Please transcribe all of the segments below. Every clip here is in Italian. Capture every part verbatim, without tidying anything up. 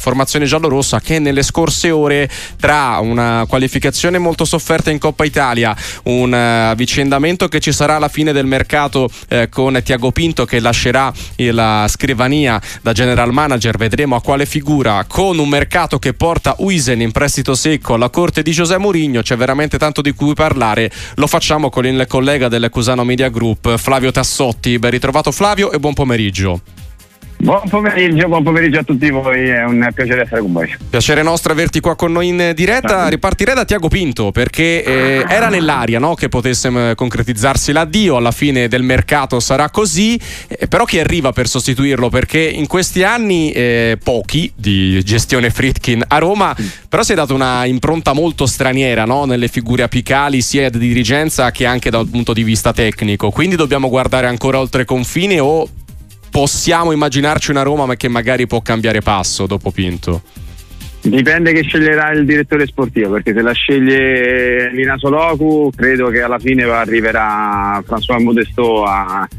formazione giallorossa che nelle scorse ore, tra una qualificazione molto sofferta in Coppa Italia, un uh, avvicendamento che ci sarà alla fine del mercato eh, con Tiago Pinto che lascerà la scrivania da general manager, vedremo a quale figura, con un mercato che porta Huijsen in prestito secco alla corte di José Mourinho, c'è veramente tanto di cui parlare. Lo facciamo con il collega del Cusano Media Group, Flavio Tassotti. Ben ritrovato Flavio e buon pomeriggio. Buon pomeriggio, buon pomeriggio a tutti voi, è un piacere essere con voi. Piacere nostro averti qua con noi in diretta. Ripartirei da Tiago Pinto perché eh, era nell'aria, no? Che potesse concretizzarsi l'addio, alla fine del mercato sarà così, eh, però chi arriva per sostituirlo? Perché in questi anni eh, pochi di gestione Friedkin a Roma, però si è data una impronta molto straniera, no? Nelle figure apicali sia di dirigenza che anche dal punto di vista tecnico, quindi dobbiamo guardare ancora oltre confine o possiamo immaginarci una Roma ma che magari può cambiare passo dopo Pinto? Dipende che sceglierà il direttore sportivo, perché se la sceglie Lina Soloku credo che alla fine arriverà François Modestot a,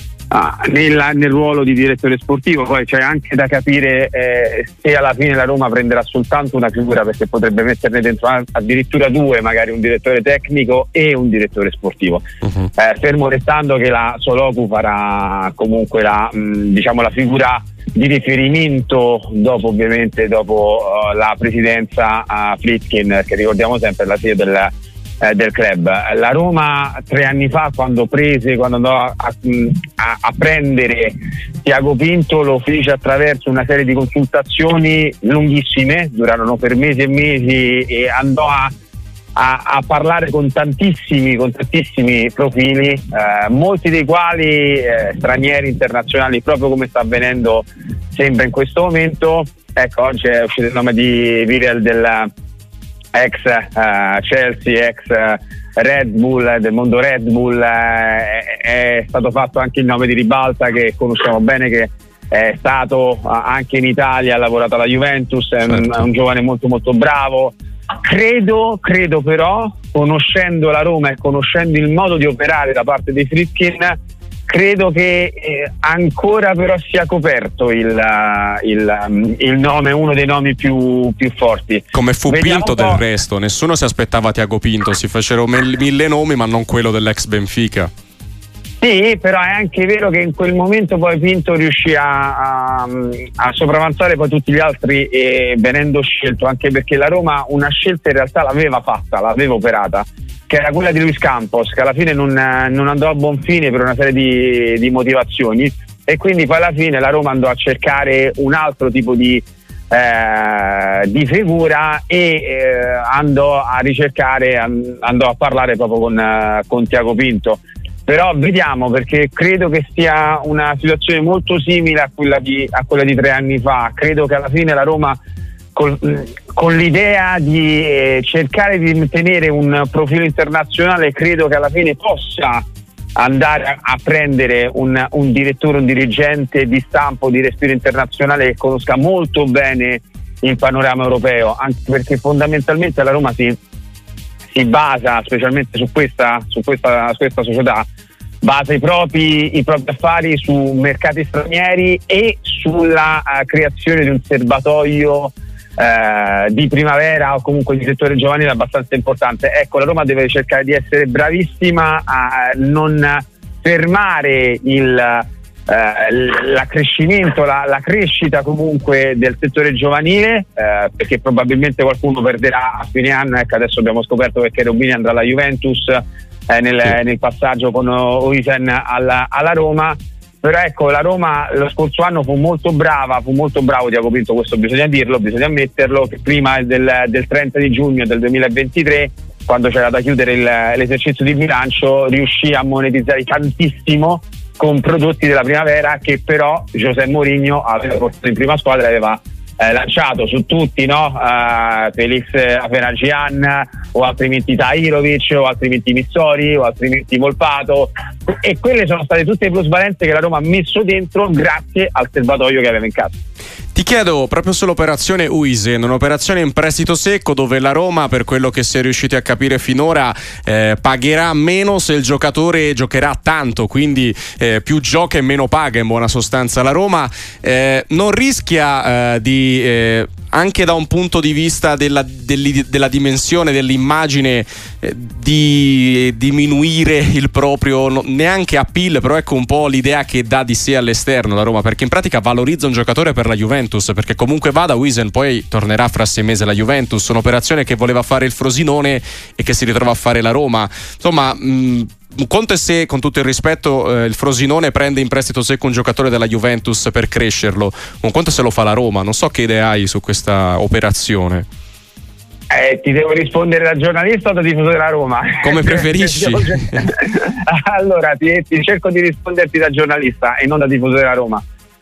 a, nel, nel ruolo di direttore sportivo. Poi c'è anche da capire eh, se alla fine la Roma prenderà soltanto una figura, perché potrebbe metterne dentro addirittura due, magari un direttore tecnico e un direttore sportivo. Uh-huh. eh, fermo restando che la Soloku farà comunque la, mh, diciamo la figura di riferimento dopo, ovviamente dopo uh, la presidenza a Friedkin, che ricordiamo sempre la sede del Eh, del club. La Roma tre anni fa, quando prese quando andò a, a, a prendere Tiago Pinto, lo fece attraverso una serie di consultazioni lunghissime, durarono per mesi e mesi, e andò a, a, a parlare con tantissimi con tantissimi profili, eh, molti dei quali eh, stranieri, internazionali, proprio come sta avvenendo sembra in questo momento. Ecco, oggi è uscito il nome di Vivel del ex uh, Chelsea, ex uh, Red Bull, del mondo Red Bull. Uh, è, è stato fatto anche il nome di Ribalta, che conosciamo bene, che è stato uh, anche in Italia, ha lavorato alla Juventus, è un, è un giovane molto molto bravo. Credo, credo però, conoscendo la Roma e conoscendo il modo di operare da parte dei Friedkin, credo che eh, ancora però sia coperto il, uh, il, um, il nome, uno dei nomi più, più forti. Come fu Vediamo Pinto del resto, nessuno si aspettava Tiago Pinto, si fecero mille nomi ma non quello dell'ex Benfica. Sì, però è anche vero che in quel momento poi Pinto riuscì a, a, a sopravanzare poi tutti gli altri, e venendo scelto, anche perché la Roma una scelta in realtà l'aveva fatta, l'aveva operata, che era quella di Luis Campos, che alla fine non, non andò a buon fine per una serie di, di motivazioni, e quindi poi alla fine la Roma andò a cercare un altro tipo di, eh, di figura e eh, andò a ricercare, andò a parlare proprio con, con Tiago Pinto. Però vediamo, perché credo che sia una situazione molto simile a quella di, a quella di tre anni fa. Credo che alla fine la Roma, Con, con l'idea di eh, cercare di tenere un profilo internazionale, credo che alla fine possa andare a, a prendere un, un direttore, un dirigente di stampo, di respiro internazionale, che conosca molto bene il panorama europeo, anche perché fondamentalmente la Roma si, si basa, specialmente su questa, su questa, su questa società, basa i propri, i propri affari su mercati stranieri e sulla uh, creazione di un serbatoio Uh, di primavera o comunque di settore giovanile abbastanza importante. Ecco, la Roma deve cercare di essere bravissima a non fermare il uh, l'accrescimento, la, la crescita comunque del settore giovanile, uh, perché probabilmente qualcuno perderà a fine anno. Ecco, adesso abbiamo scoperto che Cherubini andrà alla Juventus eh, nel, sì. nel passaggio con Huijsen alla, alla Roma. Però ecco, la Roma lo scorso anno fu molto brava, fu molto bravo Tiago Pinto, questo bisogna dirlo, bisogna ammetterlo, che prima del, del trenta di giugno del duemilaventitré, quando c'era da chiudere il, l'esercizio di bilancio, riuscì a monetizzare tantissimo con prodotti della primavera, che però José Mourinho aveva portato in prima squadra e aveva eh, lanciato su tutti, no? Uh, Felix Afenagian, o altrimenti Tahirovic, o altrimenti Missori, o altrimenti Volpato, e quelle sono state tutte le plusvalenze che la Roma ha messo dentro grazie al serbatoio che aveva in casa. Ti chiedo proprio sull'operazione Huijsen, un'operazione in prestito secco dove la Roma, per quello che si è riusciti a capire finora, eh, pagherà meno se il giocatore giocherà tanto, quindi eh, più gioca e meno paga in buona sostanza. La Roma eh, non rischia eh, di... Eh, anche da un punto di vista della, della dimensione, dell'immagine, eh, di diminuire il proprio, no, neanche appeal, però ecco un po' l'idea che dà di sé all'esterno la Roma, perché in pratica valorizza un giocatore per la Juventus, perché comunque vada Huijsen poi tornerà fra sei mesi alla Juventus, un'operazione che voleva fare il Frosinone e che si ritrova a fare la Roma. Insomma, mh, un conto è se, con tutto il rispetto, eh, il Frosinone prende in prestito secco un giocatore della Juventus per crescerlo, un conto è se lo fa la Roma. Non so che idee hai su questa operazione. Eh, ti devo rispondere da giornalista o da tifoso della Roma? Come preferisci. Allora ti, ti cerco di risponderti da giornalista e non da tifoso della Roma.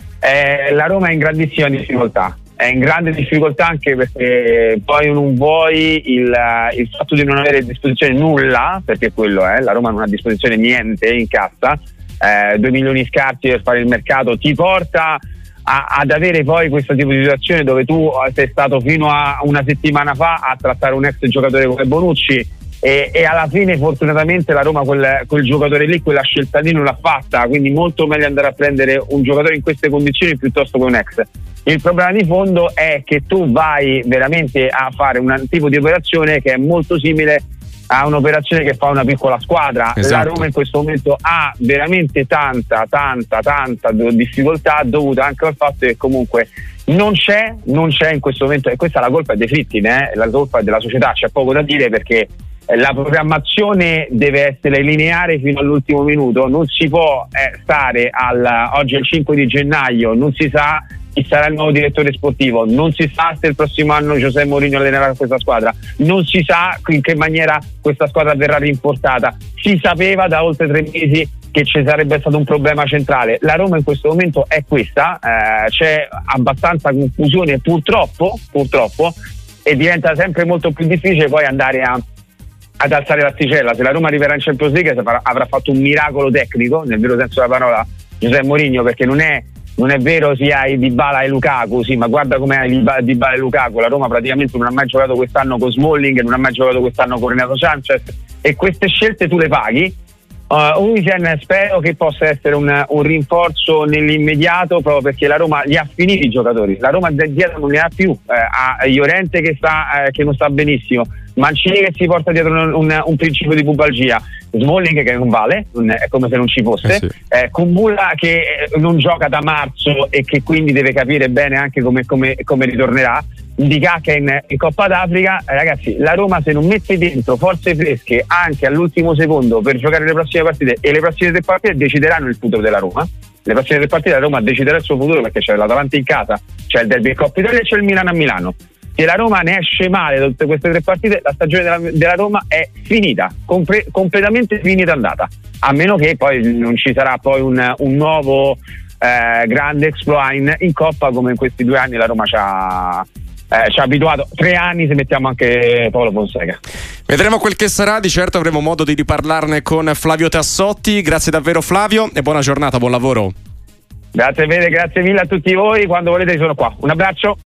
Eh, la Roma è in grandissima difficoltà, è in grande difficoltà anche perché poi non vuoi il, il fatto di non avere a disposizione nulla, perché quello è, la Roma non ha a disposizione niente in cassa, eh, due milioni scarsi per fare il mercato ti porta a, ad avere poi questo tipo di situazione dove tu sei stato fino a una settimana fa a trattare un ex giocatore come Bonucci e, e alla fine fortunatamente la Roma quel, quel giocatore lì, quella scelta lì non l'ha fatta, quindi molto meglio andare a prendere un giocatore in queste condizioni piuttosto che un ex. Il problema di fondo è che tu vai veramente a fare un tipo di operazione che è molto simile a un'operazione che fa una piccola squadra. Esatto. La Roma in questo momento ha veramente tanta tanta tanta difficoltà dovuta anche al fatto che comunque non c'è non c'è in questo momento, e questa è la colpa dei Fritkin, eh? La colpa è della società, c'è poco da dire perché la programmazione deve essere lineare fino all'ultimo minuto, non si può eh, stare al oggi è il cinque di gennaio, non si sa chi sarà il nuovo direttore sportivo, non si sa se il prossimo anno José Mourinho allenerà questa squadra, non si sa in che maniera questa squadra verrà rinforzata. Si sapeva da oltre tre mesi che ci sarebbe stato un problema centrale. La Roma in questo momento è questa, eh, c'è abbastanza confusione purtroppo, purtroppo, e diventa sempre molto più difficile poi andare a ad alzare l'asticella. Se la Roma arriverà in Champions League avrà fatto un miracolo tecnico nel vero senso della parola José Mourinho, perché non è non è vero se hai Dybala e Lukaku, sì, ma guarda come hai Dybala e Lukaku. La Roma praticamente non ha mai giocato quest'anno con Smalling, non ha mai giocato quest'anno con Renato Sanchez, e queste scelte tu le paghi. uh, Huijsen spero che possa essere un, un rinforzo nell'immediato, proprio perché la Roma li ha finiti i giocatori, la Roma dietro non ne ha più, eh, ha Llorente che, sta, eh, che non sta benissimo, Mancini che si porta dietro un, un, un principio di pubalgia, Smalling che non vale, è come se non ci fosse, eh sì. eh, Kumbula che non gioca da marzo e che quindi deve capire bene anche come, come, come ritornerà, Ndicaka in, in Coppa d'Africa. Eh, ragazzi, la Roma se non mette dentro forze fresche anche all'ultimo secondo per giocare le prossime partite, e le prossime tre partite decideranno il futuro della Roma, le prossime tre partite la Roma deciderà il suo futuro, perché c'è l'Atalanta in casa, c'è il derby in Coppa Italia e c'è il Milan a Milano. Se la Roma ne esce male da tutte queste tre partite, la stagione della, della Roma è finita, compre, completamente finita andata, a meno che poi non ci sarà poi un, un nuovo eh, grande exploit in, in Coppa, come in questi due anni la Roma ci ha, eh, ci ha abituato. Tre anni se mettiamo anche Paolo Fonseca. Vedremo quel che sarà, di certo avremo modo di riparlarne con Flavio Tassotti. Grazie davvero Flavio e buona giornata, buon lavoro. Grazie Fede, grazie mille a tutti voi, quando volete sono qua. Un abbraccio.